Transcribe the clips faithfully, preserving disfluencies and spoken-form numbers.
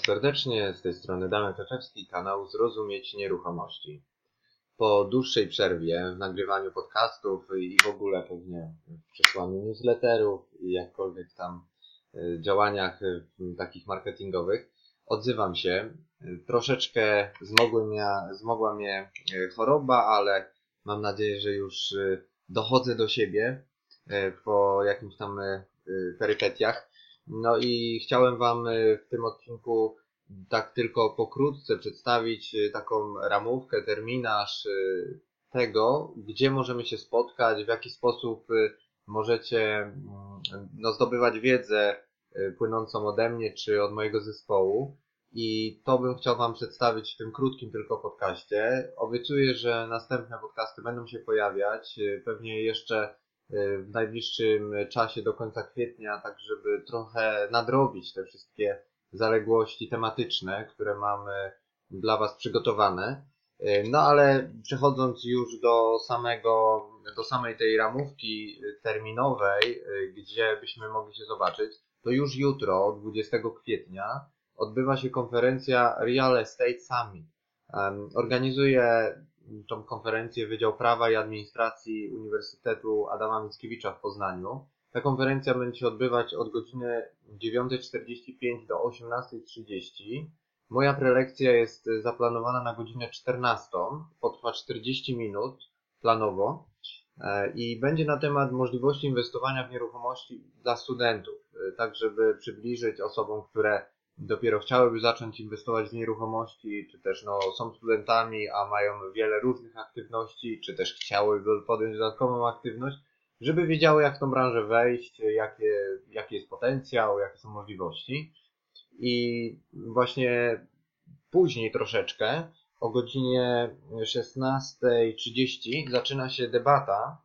serdecznie, z tej strony Damian Kaczewski, kanał Zrozumieć Nieruchomości. Po dłuższej przerwie w nagrywaniu podcastów i w ogóle pewnie w przesłaniu newsletterów i jakkolwiek tam działaniach takich marketingowych odzywam się. Troszeczkę zmogły mnie, zmogła mnie choroba, ale mam nadzieję, że już dochodzę do siebie po jakimś tam perypetiach. No i chciałem Wam w tym odcinku tak tylko pokrótce przedstawić taką ramówkę, terminarz tego, gdzie możemy się spotkać, w jaki sposób możecie no, zdobywać wiedzę płynącą ode mnie czy od mojego zespołu. I to bym chciał Wam przedstawić w tym krótkim tylko podcaście. Obiecuję, że następne podcasty będą się pojawiać, pewnie jeszcze w najbliższym czasie do końca kwietnia, tak żeby trochę nadrobić te wszystkie zaległości tematyczne, które mamy dla Was przygotowane. No ale przechodząc już do samego, do samej tej ramówki terminowej, gdzie byśmy mogli się zobaczyć, to już jutro, dwudziestego kwietnia, odbywa się konferencja Real Estate Summit. Organizuje tą konferencję Wydział Prawa i Administracji Uniwersytetu Adama Mickiewicza w Poznaniu. Ta konferencja będzie się odbywać od godziny dziewiąta czterdzieści pięć do osiemnasta trzydzieści. Moja prelekcja jest zaplanowana na godzinę czternastą, potrwa czterdzieści minut planowo i będzie na temat możliwości inwestowania w nieruchomości dla studentów, tak żeby przybliżyć osobom, które dopiero chciałyby zacząć inwestować w nieruchomości, czy też no, są studentami, a mają wiele różnych aktywności, czy też chciałyby podjąć dodatkową aktywność, żeby wiedziały, jak w tą branżę wejść, jakie, jaki jest potencjał, jakie są możliwości. I właśnie później troszeczkę, o godzinie szesnasta trzydzieści zaczyna się debata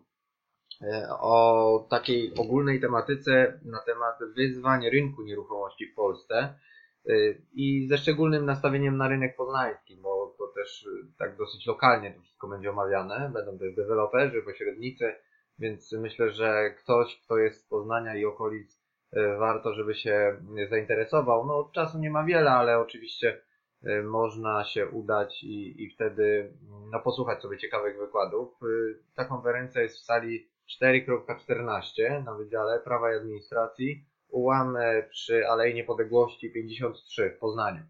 o takiej ogólnej tematyce na temat wyzwań rynku nieruchomości w Polsce i ze szczególnym nastawieniem na rynek poznański, bo to też tak dosyć lokalnie to wszystko będzie omawiane. Będą też deweloperzy, pośrednicy, więc myślę, że ktoś, kto jest z Poznania i okolic, warto, żeby się zainteresował. No czasu nie ma wiele, ale oczywiście można się udać i, i wtedy no, posłuchać sobie ciekawych wykładów. Ta konferencja jest w sali cztery czternaście na Wydziale Prawa i Administracji, ułam przy Alei Niepodległości pięćdziesiąt trzy w Poznaniu.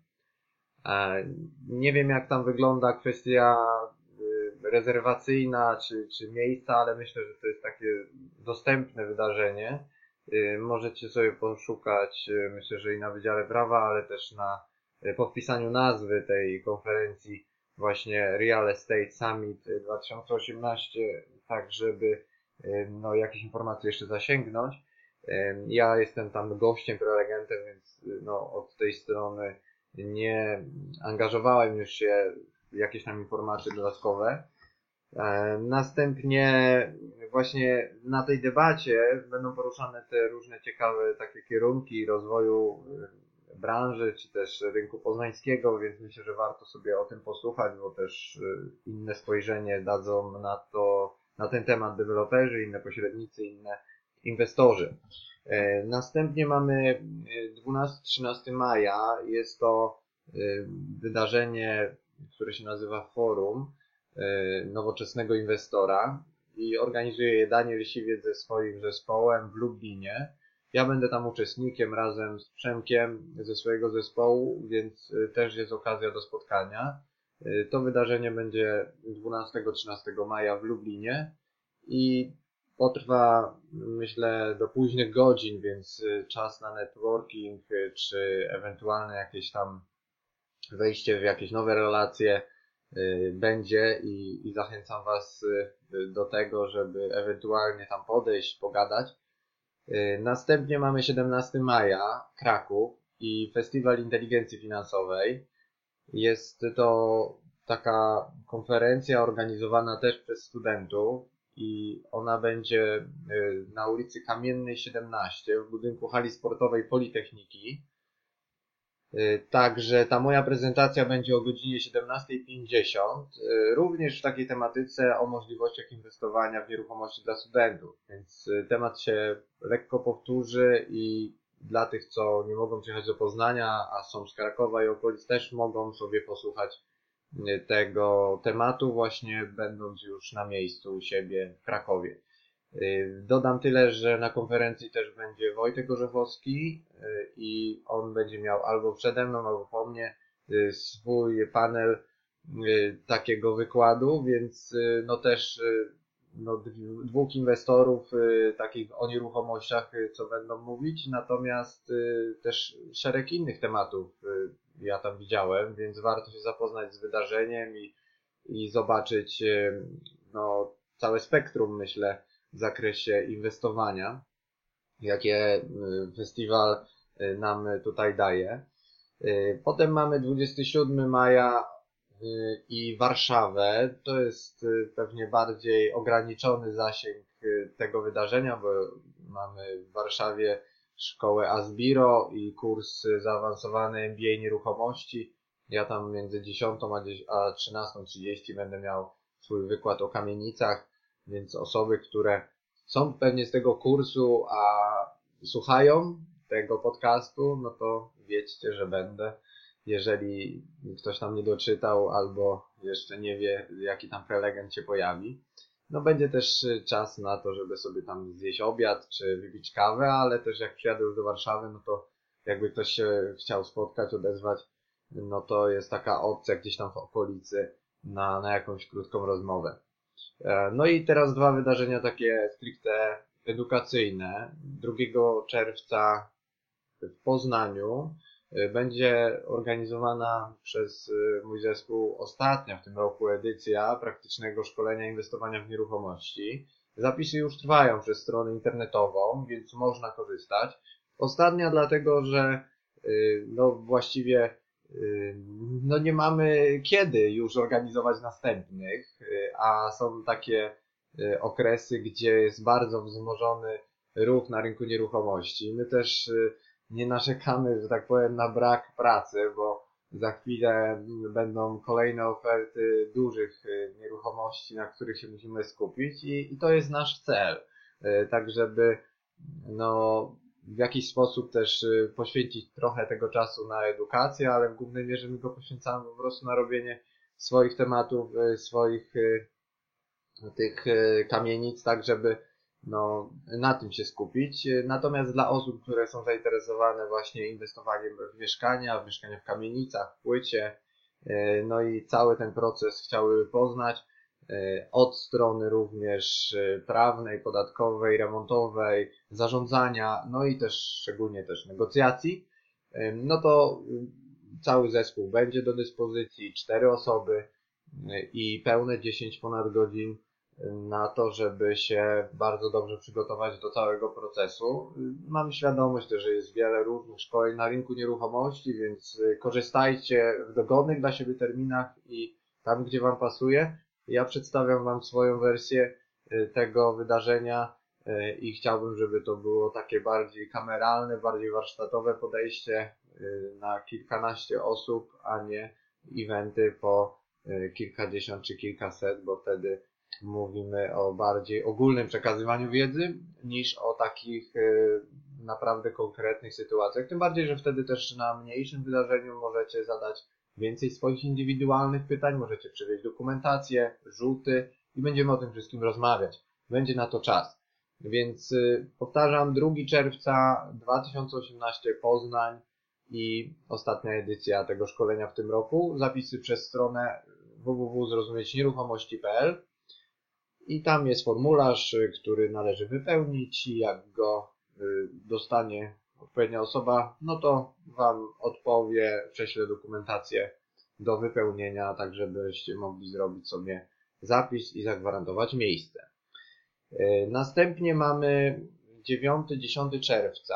Nie wiem, jak tam wygląda kwestia rezerwacyjna czy, czy miejsca, ale myślę, że to jest takie dostępne wydarzenie. Możecie sobie poszukać, myślę, że i na Wydziale Prawa, ale też na, po wpisaniu nazwy tej konferencji właśnie Real Estate Summit dwa tysiące osiemnaście, tak żeby no, jakieś informacje jeszcze zasięgnąć. Ja jestem tam gościem, prelegentem, więc no, od tej strony nie angażowałem już się w jakieś tam informacje dodatkowe. Następnie właśnie na tej debacie będą poruszane te różne ciekawe takie kierunki rozwoju branży, czy też rynku poznańskiego, więc myślę, że warto sobie o tym posłuchać, bo też inne spojrzenie dadzą na to, na ten temat deweloperzy, inne pośrednicy, inne inwestorzy. Następnie mamy dwunastego trzynastego maja, jest to wydarzenie, które się nazywa Forum Nowoczesnego Inwestora i organizuje je Daniel Siwiec ze swoim zespołem w Lublinie. Ja będę tam uczestnikiem razem z Przemkiem ze swojego zespołu, więc też jest okazja do spotkania. To wydarzenie będzie dwunastego trzynastego maja w Lublinie i potrwa, myślę, do późnych godzin, więc czas na networking, czy ewentualne jakieś tam wejście w jakieś nowe relacje będzie i, i zachęcam Was do tego, żeby ewentualnie tam podejść, pogadać. Następnie mamy siedemnastego maja, Kraków i Festiwal Inteligencji Finansowej. Jest to taka konferencja organizowana też przez studentów i ona będzie na ulicy Kamiennej siedemnaście w budynku hali sportowej Politechniki. Także ta moja prezentacja będzie o godzinie siedemnasta pięćdziesiąt, również w takiej tematyce o możliwościach inwestowania w nieruchomości dla studentów, więc temat się lekko powtórzy i dla tych, co nie mogą przyjechać do Poznania, a są z Krakowa i okolic, też mogą sobie posłuchać tego tematu właśnie będąc już na miejscu u siebie w Krakowie. Dodam tyle, że na konferencji też będzie Wojtek Orzechowski i on będzie miał albo przede mną, albo po mnie swój panel takiego wykładu, więc no też no, dwóch inwestorów takich o nieruchomościach, co będą mówić, natomiast też szereg innych tematów ja tam widziałem, więc warto się zapoznać z wydarzeniem i, i zobaczyć no, całe spektrum, myślę, w zakresie inwestowania, jakie festiwal nam tutaj daje. Potem mamy dwudziestego siódmego maja i Warszawę. To jest pewnie bardziej ograniczony zasięg tego wydarzenia, bo mamy w Warszawie szkołę Asbiro i kurs zaawansowany M B A nieruchomości. Ja tam między dziesiątą a trzynastą trzydzieści będę miał swój wykład o kamienicach, więc osoby, które są pewnie z tego kursu, a słuchają tego podcastu, no to wiedzcie, że będę. Jeżeli ktoś tam nie doczytał albo jeszcze nie wie, jaki tam prelegent się pojawi. No będzie też czas na to, żeby sobie tam zjeść obiad czy wypić kawę, ale też jak przyjadę już do Warszawy, no to jakby ktoś się chciał spotkać, odezwać, no to jest taka opcja gdzieś tam w okolicy na, na jakąś krótką rozmowę. No i teraz dwa wydarzenia takie stricte edukacyjne. drugiego czerwca w Poznaniu będzie organizowana przez mój zespół ostatnia w tym roku edycja praktycznego szkolenia inwestowania w nieruchomości. Zapisy już trwają przez stronę internetową, więc można korzystać. Ostatnia dlatego, że no właściwie no nie mamy kiedy już organizować następnych, a są takie okresy, gdzie jest bardzo wzmożony ruch na rynku nieruchomości. My też nie narzekamy, że tak powiem, na brak pracy, bo za chwilę będą kolejne oferty dużych nieruchomości, na których się musimy skupić i, i to jest nasz cel. Tak, żeby no, w jakiś sposób też poświęcić trochę tego czasu na edukację, ale w głównej mierze my go poświęcamy po prostu na robienie swoich tematów, swoich tych kamienic, tak żeby no, na tym się skupić. Natomiast dla osób, które są zainteresowane właśnie inwestowaniem w mieszkania, w mieszkania w kamienicach, w płycie, no i cały ten proces chciały poznać od strony również prawnej, podatkowej, remontowej, zarządzania, no i też szczególnie też negocjacji, no to cały zespół będzie do dyspozycji, cztery osoby i pełne dziesięć ponad godzin na to, żeby się bardzo dobrze przygotować do całego procesu. Mam świadomość też, że jest wiele różnych szkoleń na rynku nieruchomości, więc korzystajcie w dogodnych dla siebie terminach i tam, gdzie Wam pasuje. Ja przedstawiam Wam swoją wersję tego wydarzenia i chciałbym, żeby to było takie bardziej kameralne, bardziej warsztatowe podejście na kilkanaście osób, a nie eventy po kilkadziesiąt czy kilkaset, bo wtedy mówimy o bardziej ogólnym przekazywaniu wiedzy niż o takich naprawdę konkretnych sytuacjach. Tym bardziej, że wtedy też na mniejszym wydarzeniu możecie zadać więcej swoich indywidualnych pytań, możecie przywieźć dokumentację, rzuty i będziemy o tym wszystkim rozmawiać. Będzie na to czas. Więc powtarzam, drugiego czerwca dwa tysiące osiemnasty Poznań i ostatnia edycja tego szkolenia w tym roku. Zapisy przez stronę w w w kropka zrozumieć nieruchomości kropka p l i tam jest formularz, który należy wypełnić i jak go dostanie odpowiednia osoba, no to Wam odpowie, prześlę dokumentację do wypełnienia, tak żebyście mogli zrobić sobie zapis i zagwarantować miejsce. Następnie mamy dziewiątego do dziesiątego czerwca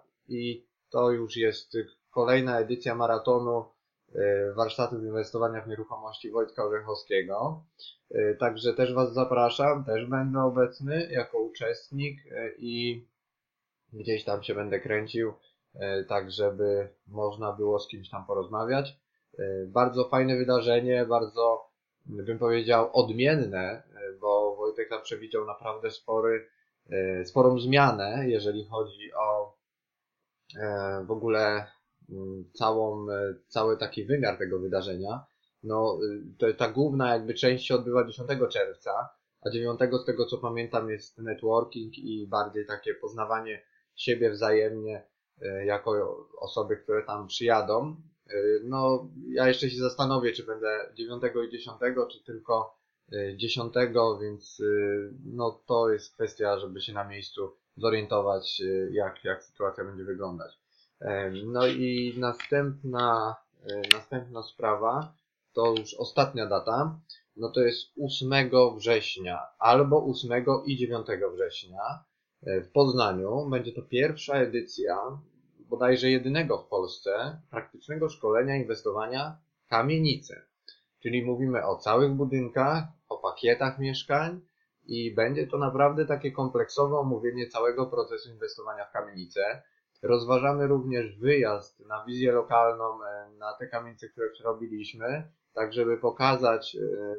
i to już jest kolejna edycja maratonu warsztatów inwestowania w nieruchomości Wojtka Orzechowskiego. Także też Was zapraszam, też będę obecny jako uczestnik i gdzieś tam się będę kręcił, tak żeby można było z kimś tam porozmawiać. Bardzo fajne wydarzenie, bardzo bym powiedział odmienne, bo Wojtek tam przewidział naprawdę spory, sporą zmianę, jeżeli chodzi o w ogóle całą, cały taki wymiar tego wydarzenia. No, to, ta główna jakby część się odbywa dziesiątego czerwca, a dziewiątego z tego co pamiętam jest networking i bardziej takie poznawanie siebie wzajemnie jako osoby, które tam przyjadą. No, ja jeszcze się zastanowię, czy będę dziewiątego i dziesiątego, czy tylko dziesiątego, więc no to jest kwestia, żeby się na miejscu zorientować, jak, jak sytuacja będzie wyglądać. No i następna, następna sprawa, to już ostatnia data, no to jest ósmego września, albo ósmego i dziewiątego września w Poznaniu. Będzie to pierwsza edycja, bodajże jedynego w Polsce, praktycznego szkolenia inwestowania w kamienice. Czyli mówimy o całych budynkach, o pakietach mieszkań i będzie to naprawdę takie kompleksowe omówienie całego procesu inwestowania w kamienice. Rozważamy również wyjazd na wizję lokalną na te kamienice, które przerobiliśmy, tak żeby pokazać,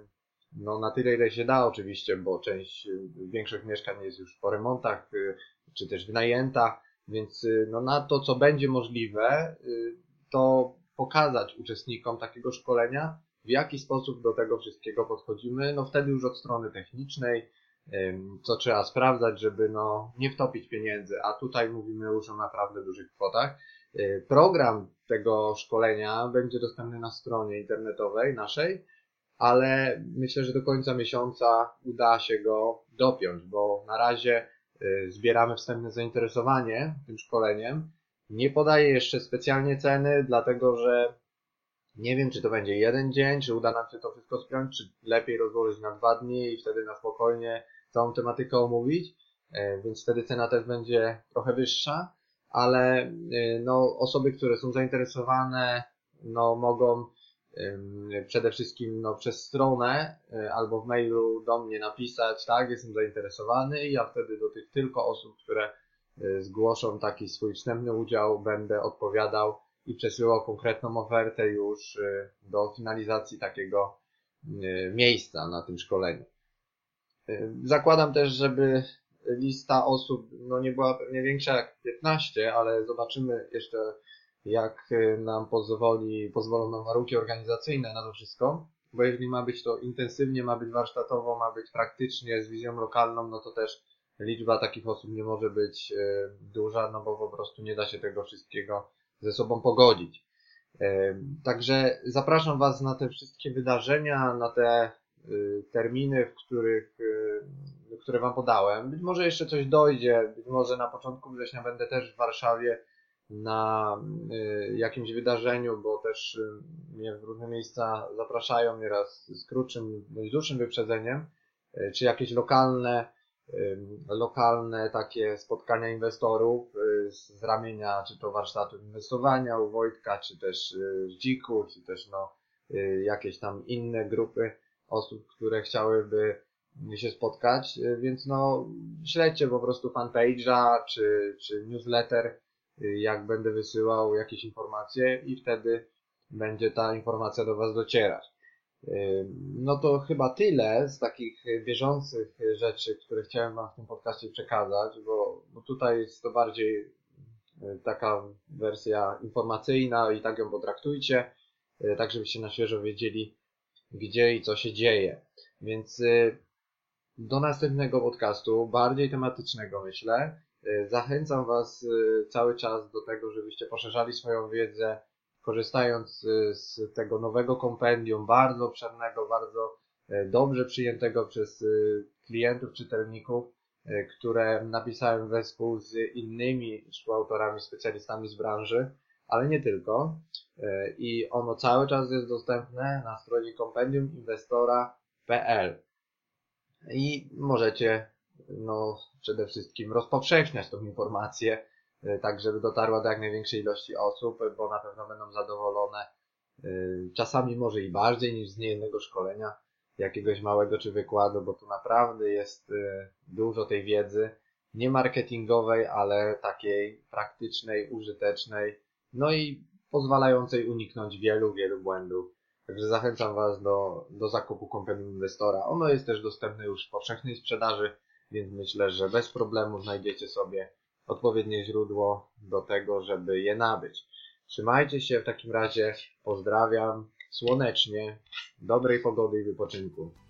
no na tyle ile się da oczywiście, bo część, większość mieszkań jest już po remontach, czy też wynajęta, więc no na to, co będzie możliwe, to pokazać uczestnikom takiego szkolenia, w jaki sposób do tego wszystkiego podchodzimy, no wtedy już od strony technicznej, co trzeba sprawdzać, żeby no nie wtopić pieniędzy, a tutaj mówimy już o naprawdę dużych kwotach. Program tego szkolenia będzie dostępny na stronie internetowej naszej, ale myślę, że do końca miesiąca uda się go dopiąć, bo na razie zbieramy wstępne zainteresowanie tym szkoleniem. Nie podaję jeszcze specjalnie ceny, dlatego że nie wiem, czy to będzie jeden dzień, czy uda nam się to wszystko spiąć, czy lepiej rozłożyć na dwa dni i wtedy na spokojnie całą tematykę omówić, więc wtedy cena też będzie trochę wyższa, ale no, osoby, które są zainteresowane, no, mogą przede wszystkim no, przez stronę albo w mailu do mnie napisać, tak, jestem zainteresowany i ja wtedy do tych tylko osób, które zgłoszą taki swój wstępny udział, będę odpowiadał i przesyłał konkretną ofertę już do finalizacji takiego miejsca na tym szkoleniu. Zakładam też, żeby lista osób no nie była pewnie większa jak piętnaście, ale zobaczymy jeszcze, jak nam pozwoli, pozwolą nam warunki organizacyjne na to wszystko, bo jeżeli ma być to intensywnie, ma być warsztatowo, ma być praktycznie z wizją lokalną, no to też liczba takich osób nie może być duża, no bo po prostu nie da się tego wszystkiego ze sobą pogodzić. Także zapraszam Was na te wszystkie wydarzenia, na te terminy, w których, które Wam podałem. Być może jeszcze coś dojdzie, być może na początku września będę też w Warszawie na jakimś wydarzeniu, bo też mnie w różne miejsca zapraszają, nieraz z krótszym, bądź dłuższym wyprzedzeniem, czy jakieś lokalne lokalne takie spotkania inwestorów z ramienia, czy to warsztatu inwestowania u Wojtka, czy też w Dziku, czy też no jakieś tam inne grupy osób, które chciałyby się spotkać, więc no śledźcie po prostu fanpage'a, czy, czy newsletter, jak będę wysyłał jakieś informacje i wtedy będzie ta informacja do Was docierać. No to chyba tyle z takich bieżących rzeczy, które chciałem Wam w tym podcaście przekazać, bo, bo tutaj jest to bardziej taka wersja informacyjna i tak ją potraktujcie, tak żebyście na świeżo wiedzieli, gdzie i co się dzieje. Więc do następnego podcastu, bardziej tematycznego myślę, zachęcam Was cały czas do tego, żebyście poszerzali swoją wiedzę, korzystając z tego nowego kompendium, bardzo obszernego, bardzo dobrze przyjętego przez klientów, czytelników, które napisałem wespół z innymi współautorami, specjalistami z branży, ale nie tylko. I ono cały czas jest dostępne na stronie kompendium inwestora kropka p l. I możecie no, przede wszystkim rozpowszechniać tą informację, tak żeby dotarła do jak największej ilości osób, bo na pewno będą zadowolone, czasami może i bardziej niż z niejednego szkolenia, jakiegoś małego czy wykładu, bo tu naprawdę jest dużo tej wiedzy, nie marketingowej, ale takiej praktycznej, użytecznej, no i pozwalającej uniknąć wielu, wielu błędów. Także zachęcam Was do, do zakupu kompendium inwestora. Ono jest też dostępne już w powszechnej sprzedaży, więc myślę, że bez problemu znajdziecie sobie odpowiednie źródło do tego, żeby je nabyć. Trzymajcie się w takim razie, pozdrawiam słonecznie, dobrej pogody i wypoczynku.